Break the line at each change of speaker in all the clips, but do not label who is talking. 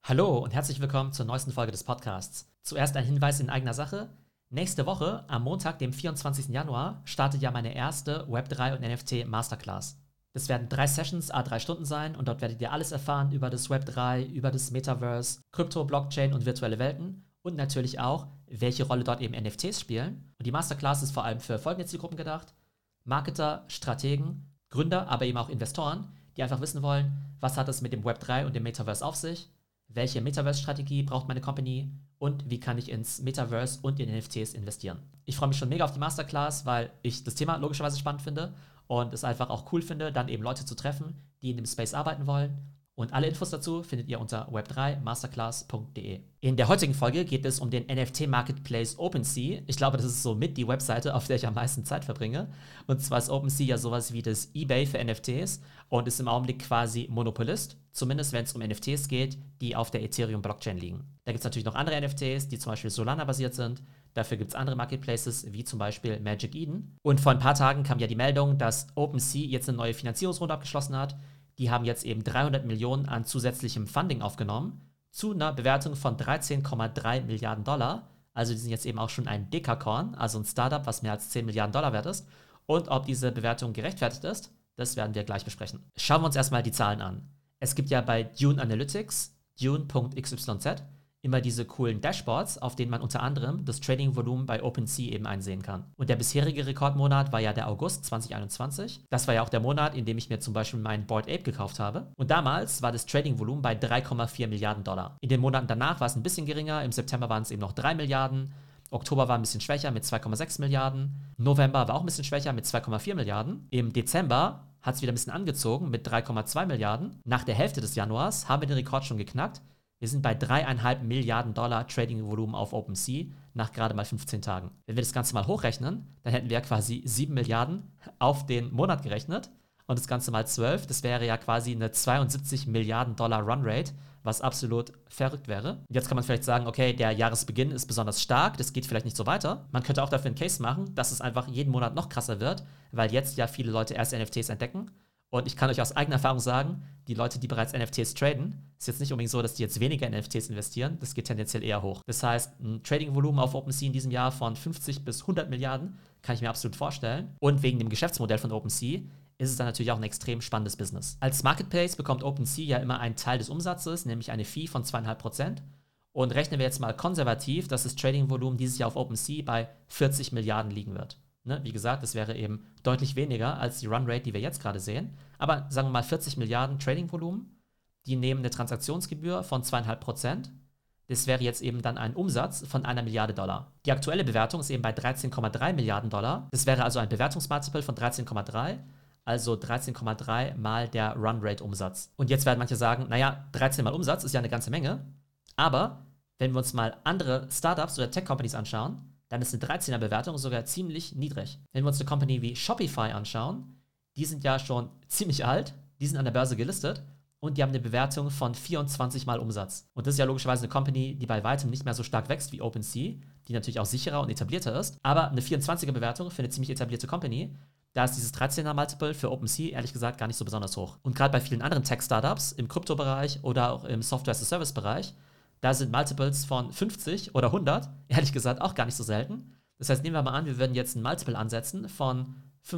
Hallo und herzlich willkommen zur neuesten Folge des Podcasts. Zuerst ein Hinweis in eigener Sache. Nächste Woche, am Montag, dem 24. Januar, startet ja meine erste Web3 und NFT Masterclass. Das werden 3 Sessions, 3 Stunden sein und dort werdet ihr alles erfahren über das Web3, über das Metaverse, Krypto, Blockchain und virtuelle Welten und natürlich auch, welche Rolle dort eben NFTs spielen. Und die Masterclass ist vor allem für folgende Zielgruppen gedacht: Marketer, Strategen, Gründer, aber eben auch Investoren, die einfach wissen wollen, was hat es mit dem Web3 und dem Metaverse auf sich, welche Metaverse-Strategie braucht meine Company und wie kann ich ins Metaverse und in NFTs investieren. Ich freue mich schon mega auf die Masterclass, weil ich das Thema logischerweise spannend finde und es einfach auch cool finde, dann eben Leute zu treffen, die in dem Space arbeiten wollen. Und alle Infos dazu findet ihr unter web3masterclass.de. In der heutigen Folge geht es um den NFT-Marketplace OpenSea. Ich glaube, das ist somit die Webseite, auf der ich am meisten Zeit verbringe. Und zwar ist OpenSea ja sowas wie das eBay für NFTs und ist im Augenblick quasi Monopolist, zumindest wenn es um NFTs geht, die auf der Ethereum-Blockchain liegen. Da gibt es natürlich noch andere NFTs, die zum Beispiel Solana-basiert sind. Dafür gibt es andere Marketplaces, wie zum Beispiel Magic Eden. Und vor ein paar Tagen kam ja die Meldung, dass OpenSea jetzt eine neue Finanzierungsrunde abgeschlossen hat. Die haben jetzt eben 300 Millionen an zusätzlichem Funding aufgenommen, zu einer Bewertung von 13,3 Milliarden Dollar. Also die sind jetzt eben auch schon ein Dekakorn, also ein Startup, was mehr als 10 Milliarden Dollar wert ist. Und ob diese Bewertung gerechtfertigt ist, das werden wir gleich besprechen. Schauen wir uns erstmal die Zahlen an. Es gibt ja bei Dune Analytics, dune.xyz, immer diese coolen Dashboards, auf denen man unter anderem das Trading-Volumen bei OpenSea eben einsehen kann. Und der bisherige Rekordmonat war ja der August 2021. Das war ja auch der Monat, in dem ich mir zum Beispiel meinen Bored Ape gekauft habe. Und damals war das Trading-Volumen bei 3,4 Milliarden Dollar. In den Monaten danach war es ein bisschen geringer. Im September waren es eben noch 3 Milliarden. Oktober war ein bisschen schwächer mit 2,6 Milliarden. November war auch ein bisschen schwächer mit 2,4 Milliarden. Im Dezember hat es wieder ein bisschen angezogen mit 3,2 Milliarden. Nach der Hälfte des Januars haben wir den Rekord schon geknackt. Wir sind bei 3,5 Milliarden Dollar Trading-Volumen auf OpenSea nach gerade mal 15 Tagen. Wenn wir das Ganze mal hochrechnen, dann hätten wir quasi 7 Milliarden auf den Monat gerechnet und das Ganze mal 12, das wäre ja quasi eine 72 Milliarden Dollar Runrate, was absolut verrückt wäre. Und jetzt kann man vielleicht sagen, okay, der Jahresbeginn ist besonders stark, das geht vielleicht nicht so weiter. Man könnte auch dafür einen Case machen, dass es einfach jeden Monat noch krasser wird, weil jetzt ja viele Leute erst NFTs entdecken. Und ich kann euch aus eigener Erfahrung sagen, die Leute, die bereits NFTs traden, ist jetzt nicht unbedingt so, dass die jetzt weniger in NFTs investieren, das geht tendenziell eher hoch. Das heißt, ein Trading-Volumen auf OpenSea in diesem Jahr von 50 bis 100 Milliarden kann ich mir absolut vorstellen. Und wegen dem Geschäftsmodell von OpenSea ist es dann natürlich auch ein extrem spannendes Business. Als Marketplace bekommt OpenSea ja immer einen Teil des Umsatzes, nämlich eine Fee von 2,5%. Und rechnen wir jetzt mal konservativ, dass das Trading-Volumen dieses Jahr auf OpenSea bei 40 Milliarden liegen wird. Ne? Wie gesagt, das wäre eben deutlich weniger als die Runrate, die wir jetzt gerade sehen. Aber sagen wir mal 40 Milliarden Trading-Volumen, die nehmen eine Transaktionsgebühr von 2,5%. Das wäre jetzt eben dann ein Umsatz von 1 Milliarde Dollar. Die aktuelle Bewertung ist eben bei 13,3 Milliarden Dollar. Das wäre also ein Bewertungsmultiple von 13,3, also 13,3 mal der Runrate-Umsatz. Und jetzt werden manche sagen, naja, 13 mal Umsatz ist ja eine ganze Menge. Aber wenn wir uns mal andere Startups oder Tech-Companies anschauen, dann ist eine 13er Bewertung sogar ziemlich niedrig. Wenn wir uns eine Company wie Shopify anschauen, die sind ja schon ziemlich alt, die sind an der Börse gelistet und die haben eine Bewertung von 24 mal Umsatz. Und das ist ja logischerweise eine Company, die bei weitem nicht mehr so stark wächst wie OpenSea, die natürlich auch sicherer und etablierter ist, aber eine 24er Bewertung für eine ziemlich etablierte Company, da ist dieses 13er Multiple für OpenSea ehrlich gesagt gar nicht so besonders hoch. Und gerade bei vielen anderen Tech-Startups im Kryptobereich oder auch im Software-as-a-Service-Bereich, da sind Multiples von 50 oder 100, ehrlich gesagt, auch gar nicht so selten. Das heißt, nehmen wir mal an, wir würden jetzt ein Multiple ansetzen von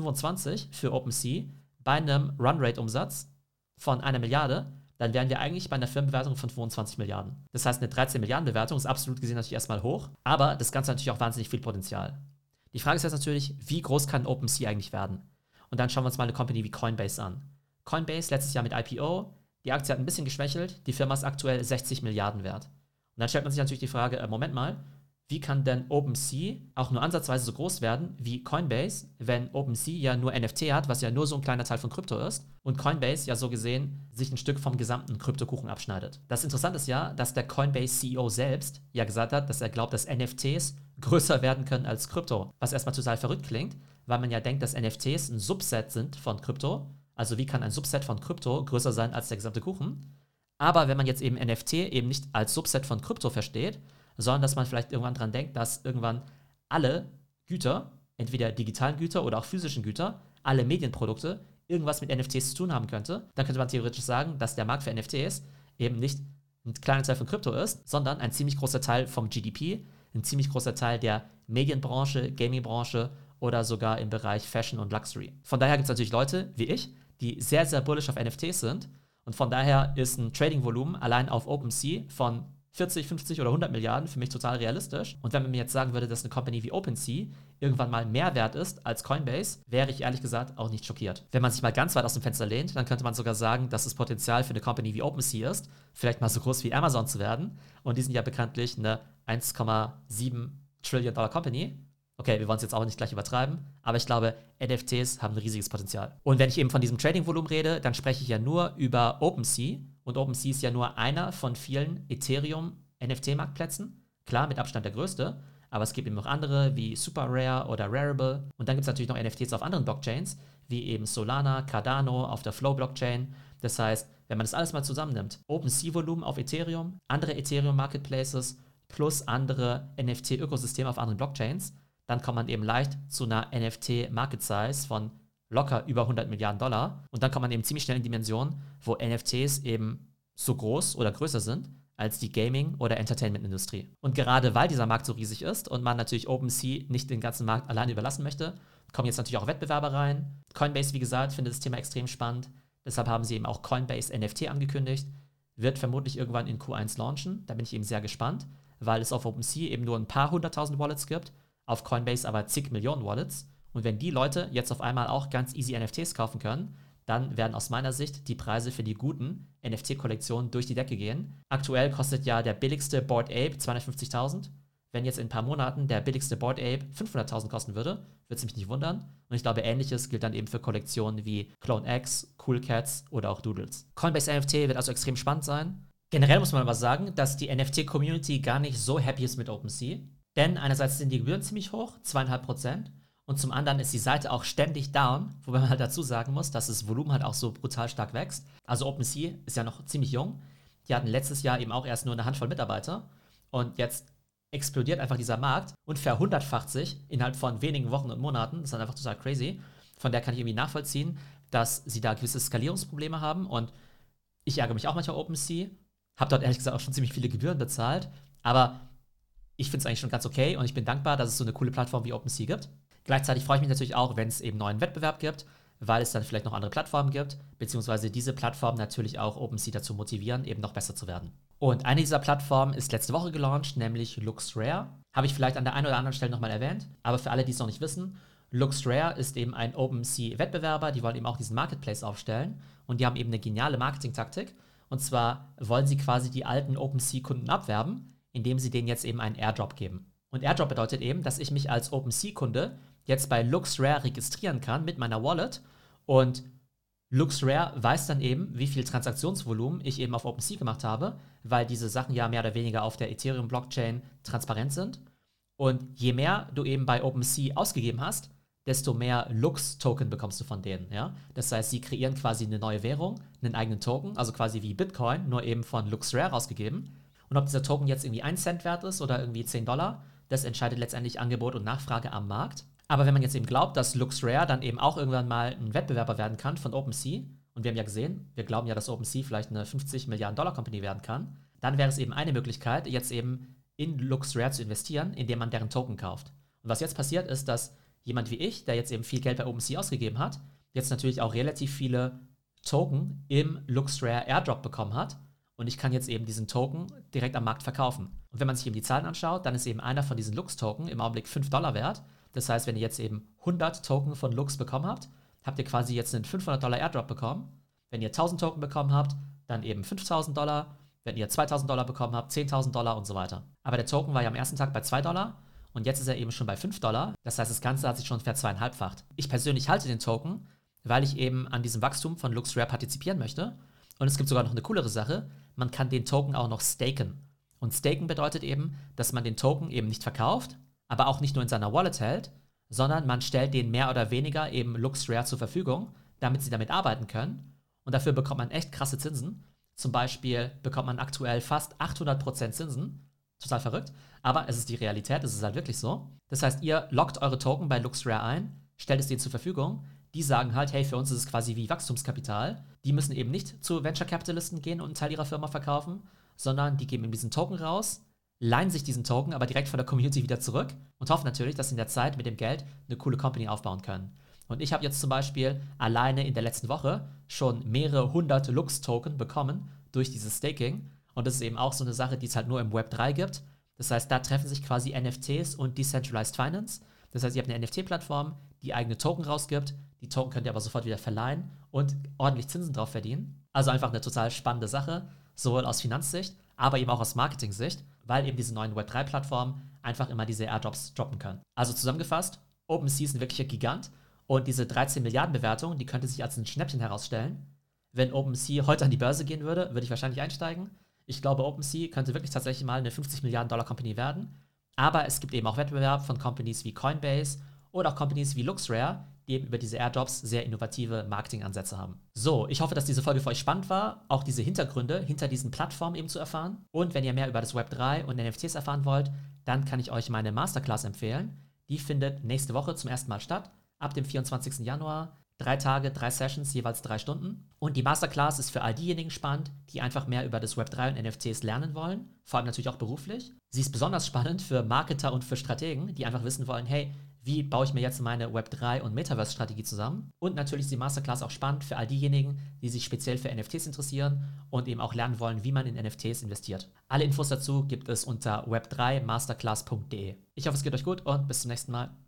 25 für OpenSea bei einem Runrate-Umsatz von 1 Milliarde, dann wären wir eigentlich bei einer Firmenbewertung von 25 Milliarden. Das heißt, eine 13 Milliarden Bewertung ist absolut gesehen natürlich erstmal hoch, aber das Ganze hat natürlich auch wahnsinnig viel Potenzial. Die Frage ist jetzt natürlich, wie groß kann OpenSea eigentlich werden? Und dann schauen wir uns mal eine Company wie Coinbase an. Coinbase letztes Jahr mit IPO, die Aktie hat ein bisschen geschwächelt, die Firma ist aktuell 60 Milliarden wert. Und dann stellt man sich natürlich die Frage, Moment mal, wie kann denn OpenSea auch nur ansatzweise so groß werden wie Coinbase, wenn OpenSea ja nur NFT hat, was ja nur so ein kleiner Teil von Krypto ist und Coinbase ja so gesehen sich ein Stück vom gesamten Kryptokuchen abschneidet. Das Interessante ist ja, dass der Coinbase-CEO selbst ja gesagt hat, dass er glaubt, dass NFTs größer werden können als Krypto, was erstmal total verrückt klingt, weil man ja denkt, dass NFTs ein Subset sind von Krypto. Also wie kann ein Subset von Krypto größer sein als der gesamte Kuchen? Aber wenn man jetzt eben NFT eben nicht als Subset von Krypto versteht, sondern dass man vielleicht irgendwann dran denkt, dass irgendwann alle Güter, entweder digitalen Güter oder auch physischen Güter, alle Medienprodukte irgendwas mit NFTs zu tun haben könnte, dann könnte man theoretisch sagen, dass der Markt für NFTs eben nicht ein kleiner Teil von Krypto ist, sondern ein ziemlich großer Teil vom GDP, ein ziemlich großer Teil der Medienbranche, Gaming-Branche oder sogar im Bereich Fashion und Luxury. Von daher gibt es natürlich Leute wie ich, die sehr, sehr bullish auf NFTs sind und von daher ist ein Trading-Volumen allein auf OpenSea von 40, 50 oder 100 Milliarden für mich total realistisch. Und wenn man mir jetzt sagen würde, dass eine Company wie OpenSea irgendwann mal mehr wert ist als Coinbase, wäre ich ehrlich gesagt auch nicht schockiert. Wenn man sich mal ganz weit aus dem Fenster lehnt, dann könnte man sogar sagen, dass das Potenzial für eine Company wie OpenSea ist, vielleicht mal so groß wie Amazon zu werden. Und die sind ja bekanntlich eine 1,7 Trillion Dollar Company. Okay, wir wollen es jetzt auch nicht gleich übertreiben, aber ich glaube, NFTs haben ein riesiges Potenzial. Und wenn ich eben von diesem Trading-Volumen rede, dann spreche ich ja nur über OpenSea. Und OpenSea ist ja nur einer von vielen Ethereum-NFT-Marktplätzen. Klar, mit Abstand der größte, aber es gibt eben noch andere wie SuperRare oder Rarible. Und dann gibt es natürlich noch NFTs auf anderen Blockchains, wie eben Solana, Cardano auf der Flow-Blockchain. Das heißt, wenn man das alles mal zusammennimmt, OpenSea-Volumen auf Ethereum, andere Ethereum-Marketplaces plus andere NFT-Ökosysteme auf anderen Blockchains, dann kommt man eben leicht zu einer NFT-Market-Size von locker über 100 Milliarden Dollar. Und dann kommt man eben ziemlich schnell in Dimensionen, wo NFTs eben so groß oder größer sind als die Gaming- oder Entertainment-Industrie. Und gerade weil dieser Markt so riesig ist und man natürlich OpenSea nicht den ganzen Markt alleine überlassen möchte, kommen jetzt natürlich auch Wettbewerber rein. Coinbase, wie gesagt, findet das Thema extrem spannend. Deshalb haben sie eben auch Coinbase NFT angekündigt. Wird vermutlich irgendwann in Q1 launchen. Da bin ich eben sehr gespannt, weil es auf OpenSea eben nur ein paar 100.000 Wallets gibt, auf Coinbase aber zig Millionen Wallets. Und wenn die Leute jetzt auf einmal auch ganz easy NFTs kaufen können, dann werden aus meiner Sicht die Preise für die guten NFT-Kollektionen durch die Decke gehen. Aktuell kostet ja der billigste Bored Ape 250.000. Wenn jetzt in ein paar Monaten der billigste Bored Ape 500.000 kosten würde, würde es mich nicht wundern. Und ich glaube, Ähnliches gilt dann eben für Kollektionen wie Clone X, Cool Cats oder auch Doodles. Coinbase NFT wird also extrem spannend sein. Generell muss man aber sagen, dass die NFT-Community gar nicht so happy ist mit OpenSea. Denn einerseits sind die Gebühren ziemlich hoch, 2,5%. Und zum anderen ist die Seite auch ständig down, wobei man halt dazu sagen muss, dass das Volumen halt auch so brutal stark wächst. Also OpenSea ist ja noch ziemlich jung. Die hatten letztes Jahr eben auch erst nur eine Handvoll Mitarbeiter. Und jetzt explodiert einfach dieser Markt und verhundertfacht sich innerhalb von wenigen Wochen und Monaten. Das ist halt einfach total crazy. Von der kann ich irgendwie nachvollziehen, dass sie da gewisse Skalierungsprobleme haben. Und ich ärgere mich auch manchmal OpenSea. Habe dort ehrlich gesagt auch schon ziemlich viele Gebühren bezahlt. Aber ich finde es eigentlich schon ganz okay und ich bin dankbar, dass es so eine coole Plattform wie OpenSea gibt. Gleichzeitig freue ich mich natürlich auch, wenn es eben neuen Wettbewerb gibt, weil es dann vielleicht noch andere Plattformen gibt, beziehungsweise diese Plattformen natürlich auch OpenSea dazu motivieren, eben noch besser zu werden. Und eine dieser Plattformen ist letzte Woche gelauncht, nämlich LooksRare. Habe ich vielleicht an der einen oder anderen Stelle nochmal erwähnt, aber für alle, die es noch nicht wissen, LooksRare ist eben ein OpenSea-Wettbewerber, die wollen eben auch diesen Marketplace aufstellen und die haben eben eine geniale Marketingtaktik. Und zwar wollen sie quasi die alten OpenSea-Kunden abwerben, indem sie denen jetzt eben einen Airdrop geben. Und Airdrop bedeutet eben, dass ich mich als OpenSea-Kunde jetzt bei LooksRare registrieren kann mit meiner Wallet und LooksRare weiß dann eben, wie viel Transaktionsvolumen ich eben auf OpenSea gemacht habe, weil diese Sachen ja mehr oder weniger auf der Ethereum-Blockchain transparent sind. Und je mehr du eben bei OpenSea ausgegeben hast, desto mehr Lux-Token bekommst du von denen. Ja? Das heißt, sie kreieren quasi eine neue Währung, einen eigenen Token, also quasi wie Bitcoin, nur eben von LooksRare rausgegeben. Und ob dieser Token jetzt irgendwie 1 Cent wert ist oder irgendwie $10, das entscheidet letztendlich Angebot und Nachfrage am Markt. Aber wenn man jetzt eben glaubt, dass LooksRare dann eben auch irgendwann mal ein Wettbewerber werden kann von OpenSea, und wir haben ja gesehen, wir glauben ja, dass OpenSea vielleicht eine 50 Milliarden Dollar Company werden kann, dann wäre es eben eine Möglichkeit, jetzt eben in LooksRare zu investieren, indem man deren Token kauft. Und was jetzt passiert ist, dass jemand wie ich, der jetzt eben viel Geld bei OpenSea ausgegeben hat, jetzt natürlich auch relativ viele Token im LooksRare Airdrop bekommen hat. Und ich kann jetzt eben diesen Token direkt am Markt verkaufen. Und wenn man sich eben die Zahlen anschaut, dann ist eben einer von diesen Lux-Token im Augenblick $5 wert. Das heißt, wenn ihr jetzt eben 100 Token von Lux bekommen habt, habt ihr quasi jetzt einen $500 Airdrop bekommen. Wenn ihr 1000 Token bekommen habt, dann eben $5.000. Wenn ihr $2.000 bekommen habt, $10.000 und so weiter. Aber der Token war ja am ersten Tag bei $2 und jetzt ist er eben schon bei $5. Das heißt, das Ganze hat sich schon verzweieinhalbfacht. Ich persönlich halte den Token, weil ich eben an diesem Wachstum von LooksRare partizipieren möchte. Und es gibt sogar noch eine coolere Sache. Man kann den Token auch noch staken. Und staken bedeutet eben, dass man den Token eben nicht verkauft, aber auch nicht nur in seiner Wallet hält, sondern man stellt den mehr oder weniger eben LooksRare zur Verfügung, damit sie damit arbeiten können. Und dafür bekommt man echt krasse Zinsen. Zum Beispiel bekommt man aktuell fast 800% Zinsen. Total verrückt. Aber es ist die Realität, es ist halt wirklich so. Das heißt, ihr loggt eure Token bei LooksRare ein, stellt es denen zur Verfügung. Die sagen halt, hey, für uns ist es quasi wie Wachstumskapital. Die müssen eben nicht zu Venture Capitalisten gehen und einen Teil ihrer Firma verkaufen, sondern die geben eben diesen Token raus, leihen sich diesen Token aber direkt von der Community wieder zurück und hoffen natürlich, dass sie in der Zeit mit dem Geld eine coole Company aufbauen können. Und ich habe jetzt zum Beispiel alleine in der letzten Woche schon mehrere hundert Lux-Token bekommen durch dieses Staking. Und das ist eben auch so eine Sache, die es halt nur im Web 3 gibt. Das heißt, da treffen sich quasi NFTs und Decentralized Finance. Das heißt, ihr habt eine NFT-Plattform, die eigene Token rausgibt. Die Token könnt ihr aber sofort wieder verleihen und ordentlich Zinsen drauf verdienen. Also einfach eine total spannende Sache, sowohl aus Finanzsicht, aber eben auch aus Marketing-Sicht, weil eben diese neuen Web 3-Plattformen einfach immer diese Airdrops droppen können. Also zusammengefasst, OpenSea ist ein wirklicher Gigant und diese 13 Milliarden Bewertung, die könnte sich als ein Schnäppchen herausstellen. Wenn OpenSea heute an die Börse gehen würde, würde ich wahrscheinlich einsteigen. Ich glaube, OpenSea könnte wirklich tatsächlich mal eine 50 Milliarden Dollar Company werden. Aber es gibt eben auch Wettbewerb von Companies wie Coinbase oder auch Companies wie LuxRare, die eben über diese Airdrops sehr innovative Marketingansätze haben. So, ich hoffe, dass diese Folge für euch spannend war, auch diese Hintergründe hinter diesen Plattformen eben zu erfahren. Und wenn ihr mehr über das Web 3 und NFTs erfahren wollt, dann kann ich euch meine Masterclass empfehlen. Die findet nächste Woche zum ersten Mal statt, ab dem 24. Januar. 3 Tage, 3 Sessions, jeweils 3 Stunden. Und die Masterclass ist für all diejenigen spannend, die einfach mehr über das Web 3 und NFTs lernen wollen, vor allem natürlich auch beruflich. Sie ist besonders spannend für Marketer und für Strategen, die einfach wissen wollen, hey, wie baue ich mir jetzt meine Web 3 und Metaverse-Strategie zusammen? Und natürlich ist die Masterclass auch spannend für all diejenigen, die sich speziell für NFTs interessieren und eben auch lernen wollen, wie man in NFTs investiert. Alle Infos dazu gibt es unter web3masterclass.de. Ich hoffe, es geht euch gut und bis zum nächsten Mal.